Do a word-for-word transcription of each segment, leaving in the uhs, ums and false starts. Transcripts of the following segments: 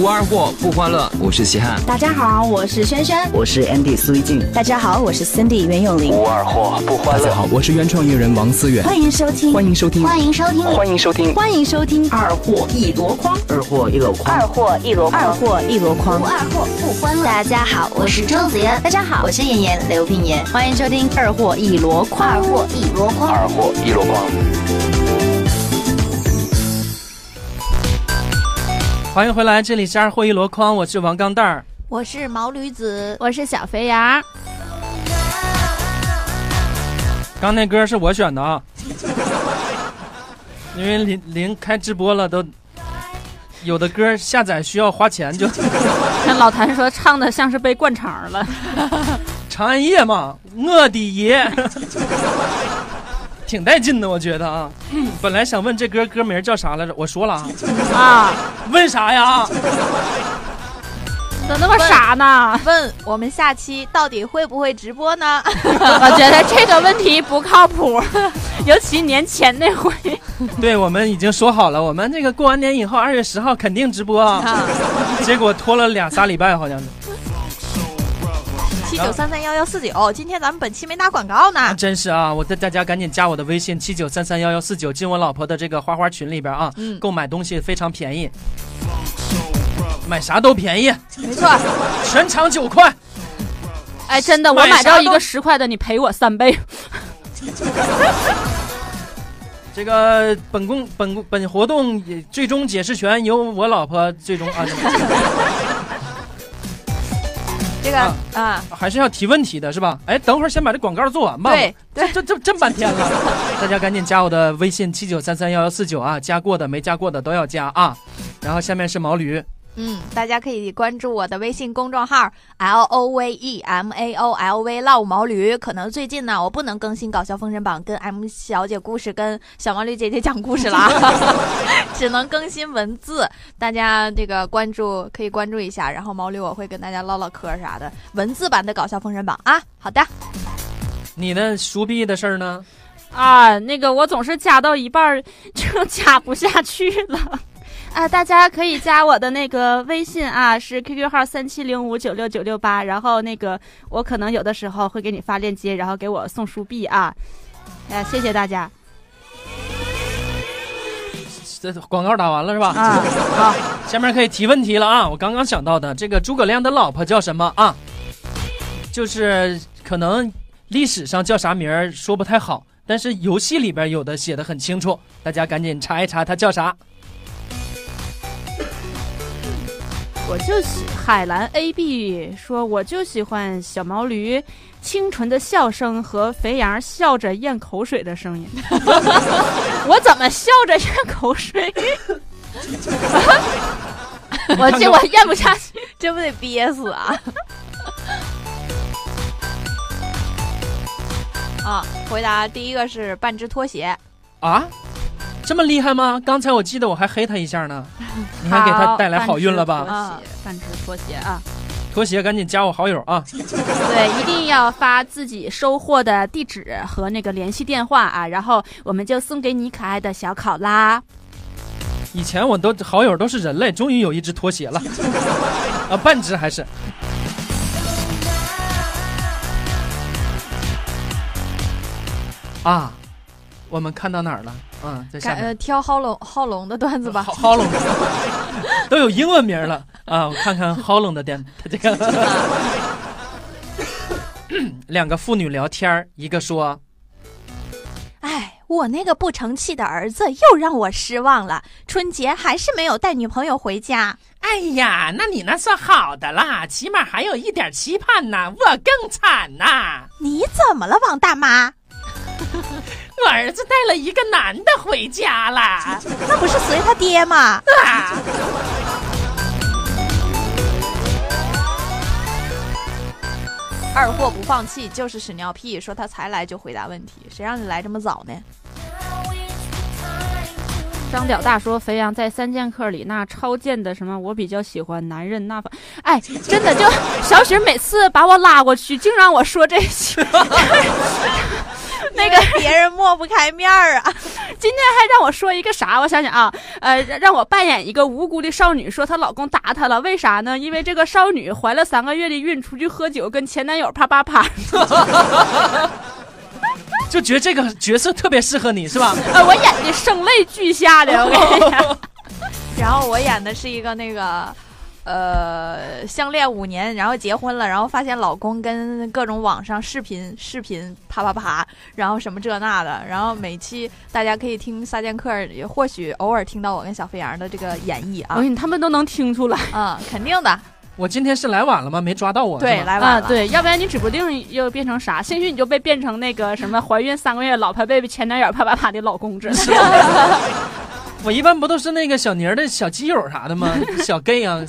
无二货不欢乐，我是西汉。 大家好，我是轩轩。 我是 Andy 苏一静。 大家好，我是 Cindy 袁咏琳。 无二货不欢乐。 大家好，我是原创艺人王思远。 欢迎收听， 欢迎收听， 欢迎收听， 欢迎收听， 欢迎收听二货一箩筐， 二货一箩筐， 二货一箩筐，二货一箩筐， 无二货不欢乐。大家好，我是周子妍。 大家好， 我是妍妍刘品言。 欢迎收听二货一箩筐， 二货一箩筐， 二货一箩筐。 欢迎回来，这里是二货一箩筐，我是王钢蛋儿， 我是毛驴子， 我是小肥羊。 刚那歌是我选的啊，因为临临开直播了，都有的歌下载需要花钱，就看老谭说唱的像是被灌肠了。 长安夜嘛，我的爷，挺带劲的，我觉得啊。本来想问这歌歌名叫啥来着，我说了啊。 啊， 问啥呀？ 怎么那么傻呢？ 问我们下期到底会不会直播呢？ 我觉得这个问题不靠谱，尤其年前那回。 对，我们已经说好了，我们这个过完年以后二月十号肯定直播啊。结果拖了俩仨礼拜，好像是。 七九三三幺幺四九，今天咱们本期没打广告呢、啊。 真是啊，我大家赶紧加我的微信七九三三幺幺四九，进我老婆的这个花花群里边啊。嗯，购买东西非常便宜。买啥都便宜， 没错， 全场九块。 哎，真的，我买到一个十块的，你赔我三倍。 这个本公本本活动最终解释权由我老婆最终啊。 这个啊, 啊， 还是要提问题的是吧？哎，等会儿先把这广告做完吧。 对对， 这这这半天了，大家赶紧加我的微信七九三三幺幺四九啊，加过的没加过的都要加啊。然后下面是毛驴。 嗯，大家可以关注我的微信公众号 L O V E M A O L V 老毛驴。可能最近呢，我不能更新搞笑封神榜跟 M 小姐故事跟小毛驴姐姐讲故事了，只能更新文字。大家这个关注可以关注一下，然后毛驴我会跟大家唠唠嗑啥的，文字版的搞笑封神榜啊。好的， 你的书币的事儿呢？ 啊，那个我总是加到一半就加不下去了。啊，大家可以加我的那个微信啊，是 Q Q 号三七零五九六九六八，然后那个我可能有的时候会给你发链接，然后给我送书币啊，哎，谢谢大家。 这广告打完了是吧？ 啊，好， 下面可以提问题了啊！我刚刚想到的，这个诸葛亮的老婆叫什么啊？就是可能历史上叫啥名儿说不太好，但是游戏里边有的写的很清楚，大家赶紧查一查他叫啥。 我就喜海蓝 A B 说，我就喜欢小毛驴清纯的笑声和肥羊笑着咽口水的声音。我怎么笑着咽口水？我这我咽不下去， 这不得憋死啊！啊，回答第一个是半只拖鞋啊。这么厉害吗？刚才我记得我还黑他一下呢，你还给他带来好运了吧？ 啊，半只拖鞋啊， 拖鞋赶紧加我好友啊！ 对，一定要发自己收货的地址和那个联系电话啊，然后我们就送给你可爱的小考拉。 以前我都好友都是人类，终于有一只拖鞋了啊，半只还是。啊，我们看到哪儿了？嗯，在下面。 呃，挑浩龙浩龙的段子吧。 浩龙都有英文名了啊！我看看浩龙的店，他这个两个妇女聊天，一个说：“ 哎，我那个不成器的儿子又让我失望了，春节还是没有带女朋友回家。” 哎呀，那你那算好的啦，起码还有一点期盼呐，我更惨呐！ 你怎么了，王大妈？ 我儿子带了一个男的回家了， 那不是随他爹吗？ 啊！ 二货不放弃就是屎尿屁，说他才来就回答问题，谁让你来这么早呢？ 张屌大说，肥羊在三剑客里那超贱的什么，我比较喜欢男人那，哎，真的就小雪每次把我拉过去，净让我说这些。那那个别人抹不开面儿啊。 今天还让我说一个啥？我想想啊，呃，让我扮演一个无辜的少女，说她老公打她了，为啥呢？因为这个少女怀了三个月的孕，出去喝酒，跟前男友啪啪啪。 就觉得这个角色特别适合你，是吧？ 呃，我演的声泪俱下的，我跟你讲。 然后我演的是一个那个。呃，相恋五年，然后结婚了，然后发现老公跟各种网上视频视频啪啪啪，然后什么这那的，然后每期大家可以听撒剑客，或许偶尔听到我跟小飞扬的这个演绎啊， 嗯，他们都能听出来， 嗯，肯定的。 我今天是来晚了吗？没抓到我。 对，来晚了、 啊。对，要不然你指不定又变成啥，兴许你就被变成那个什么怀孕三个月老婆被前男友啪啪啪的老公之类的。 我一般不都是那个小妮儿的小基友啥的吗？小 gay 啊。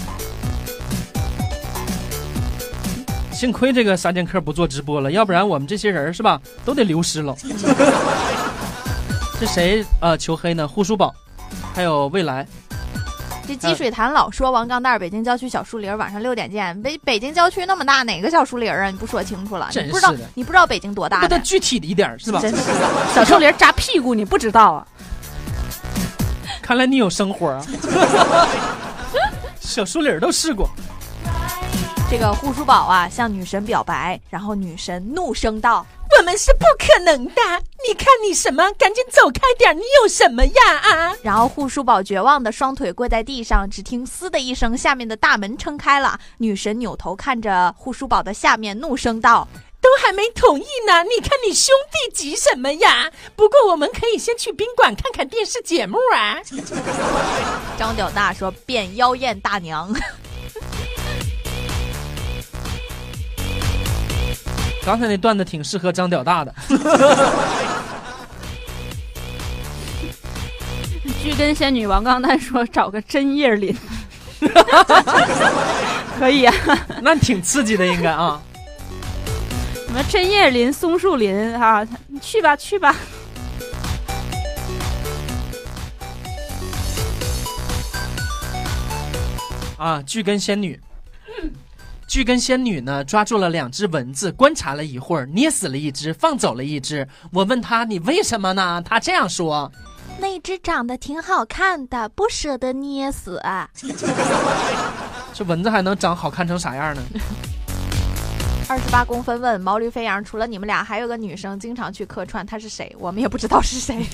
幸亏这个撒剑客不做直播了，要不然我们这些人是吧，都得流失了。这谁呃求黑呢？护舒宝，还有未来。 这积水潭老说王钢蛋北京郊区小树林晚上六点见。北北京郊区那么大，哪个小树林啊？你不说清楚了，你不知道你不知道北京多大？ 不得具体的一点是吧？ 真是的， 小树林扎屁股你不知道啊？ 看来你有生活啊。小树林都试过。 这个护舒宝啊向女神表白，然后女神怒声道：我们是不可能的，你看你什么，赶紧走开点，你有什么呀啊！然后护舒宝绝望的双腿跪在地上，只听嘶的一声，下面的大门撑开了，女神扭头看着护舒宝的下面，怒声道：都还没同意呢，你看你兄弟急什么呀？不过我们可以先去宾馆看看电视节目啊。张屌大说变妖艳大娘。 刚才那段子挺适合张屌大的。 剧跟仙女王钢蛋说找个针叶林。可以啊， 那挺刺激的应该啊。 什么针叶林、松树林啊，去吧去吧。 啊，剧跟仙女。剧跟仙女呢抓住了两只蚊子，观察了一会儿，捏死了一只，放走了一只。我问他你为什么呢？他这样说： 那只长得挺好看的，不舍得捏死啊。 这蚊子还能长好看成啥样呢？ 二十八公分问毛驴飞扬，除了你们俩还有个女生经常去客串，她是谁？我们也不知道是谁。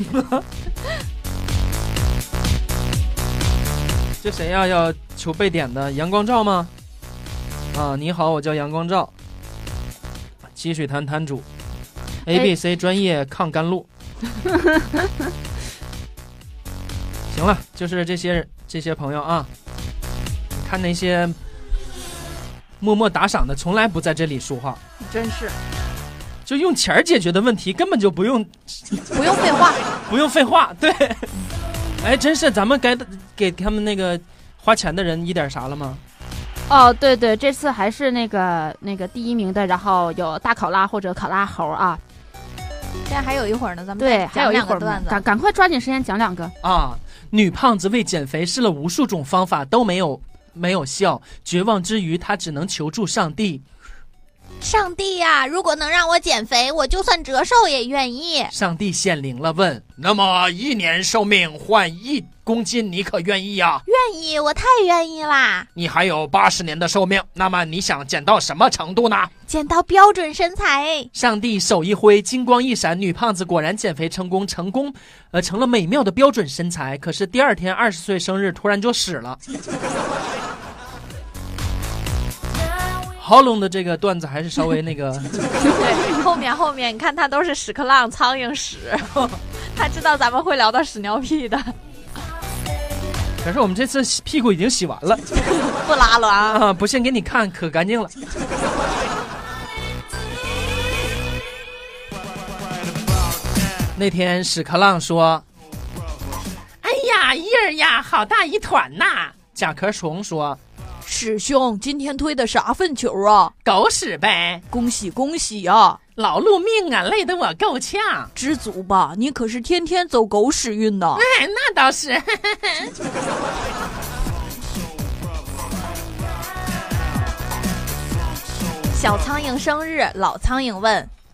这谁呀、啊？要求被点的阳光照吗？啊，你好，我叫阳光照，积水潭滩主 ，A B C 专业抗甘露。行了，就是这些这些朋友啊，看那些默默打赏的，从来不在这里说话， 真是， 就用钱解决的问题，根本就不用不用废话， 不用废话，对。哎，真是，咱们该给他们那个花钱的人一点啥了吗？ 哦，对对，这次还是那个那个第一名的，然后有大考拉或者考拉猴啊。 现在还有一会儿呢，咱们对还有一会儿段子， 赶赶快抓紧时间讲两个啊！女胖子为减肥试了无数种方法都没有没有效，绝望之余，她只能求助上帝。 上帝呀、啊，如果能让我减肥，我就算折寿也愿意。 上帝显灵了，问：那么一年寿命换一公斤，你可愿意呀？ 愿意，我太愿意啦！ 你还有八十年的寿命，那么你想减到什么程度呢？ 减到标准身材。 上帝手一挥，金光一闪，女胖子果然减肥成功，成功，呃，成了美妙的标准身材。可是第二天二十岁生日突然就死了。豪龙的这个段子还是稍微那个对，后面后面你看他都是屎壳郎苍蝇屎，他知道咱们会聊到屎尿屁的。 可是我们这次屁股已经洗完了， 不拉了啊！ 啊，不信给你看，可干净了。那天屎壳郎说：“哎呀，叶儿呀，好大一团呐！”甲壳虫说：“ 师兄，今天推的啥粪球啊？ 狗屎呗！ 恭喜恭喜啊！ 劳碌命啊，累得我够呛。 知足吧，你可是天天走狗屎运的。 哎，那倒是。 小苍蝇生日，老苍蝇问：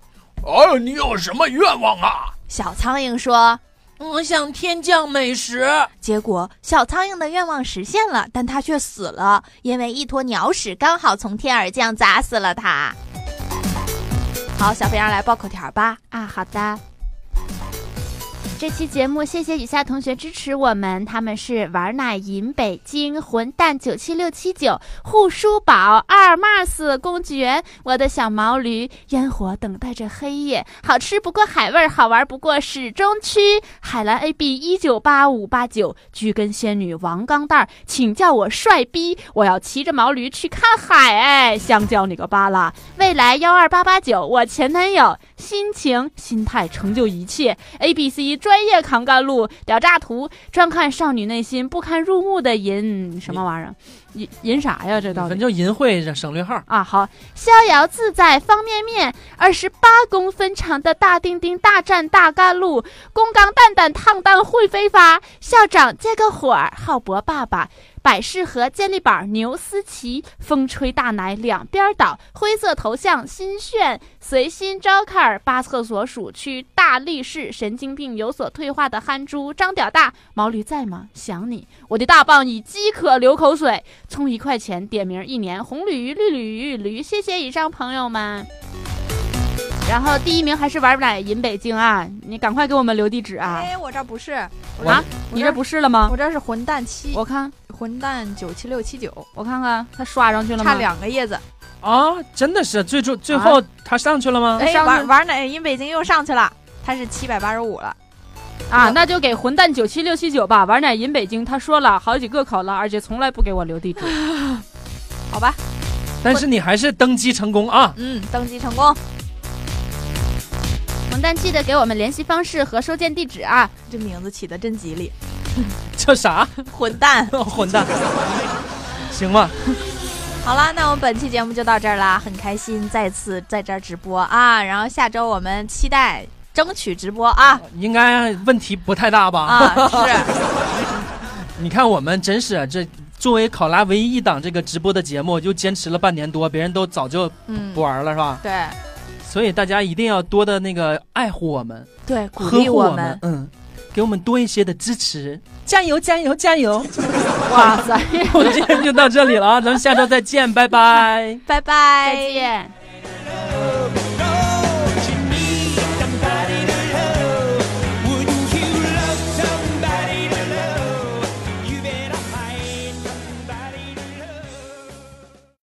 哦，你有什么愿望啊？ 小苍蝇说：“ 我想天降美食。” 结果小苍蝇的愿望实现了，但它却死了，因为一坨鸟屎刚好从天而降，砸死了它。好，小肥羊来报口条吧。 啊，好的。这期节目谢谢以下同学支持我们，他们是玩奶银北京、混蛋九七六七九、护舒宝、二 Mars、公举园、我的小毛驴、烟火等待着黑夜、好吃不过海味，好玩不过始终区、海蓝 A B 一九八五八九、居根仙女王钢蛋，请叫我帅逼，我要骑着毛驴去看海，哎，香蕉你个巴拉，未来幺二八八九，我前男友，心情心态成就一切 A B C 专业扛干路，屌炸图，专看少女内心不堪入目的淫什么玩意儿？淫淫啥呀？这到底？ 反正淫秽省略号啊。好，逍遥自在方便面，二十八公分长的大丁丁大战大干路，公钢蛋蛋烫蛋会飞发，校长接个火儿，浩博爸爸。百事和健力宝牛思琪，风吹大奶两边倒，灰色头像新炫，随心招卡八厕所属区大力士，神经病有所退化的憨猪张屌大，毛驴在吗？想你，我的大棒已饥渴流口水，充一块钱点名一年，红鲤鱼绿鲤鱼驴，谢谢以上朋友们。然后第一名还是玩奶银北京啊，你赶快给我们留地址啊！ 哎，我这不是啊，你这不是了吗？ 我这是混蛋七， 我看混蛋九七六七九， 我看看他刷上去了吗？ 差两个叶子啊！真的是最终最后他上去了吗？ 哎，玩玩奶银北京又上去了，他是七百八十五了。 啊，那就给混蛋九七六七九吧。玩奶银北京，他说了好几个考了，而且从来不给我留地址。 好吧， 但是你还是登机成功啊！ 嗯，登机成功。 混蛋记得给我们联系方式和收件地址啊！ 这名字起得真吉利。 叫啥？ 混蛋， 混蛋。行吧。 好了，那我们本期节目就到这儿啦，很开心再次在这儿直播啊！然后下周我们期待争取直播啊， 应该问题不太大吧？ 啊，是。 你看我们真是这作为考拉唯一一档这个直播的节目，就坚持了半年多，别人都早就不玩了，嗯、是吧？ 对。 所以大家一定要多的那个爱护我们， 对，鼓励我们， 们嗯，给我们多一些的支持，加油加油加油！ 哇塞， 我们今天就到这里了啊，咱们下周再见，拜拜， 拜拜， 再见。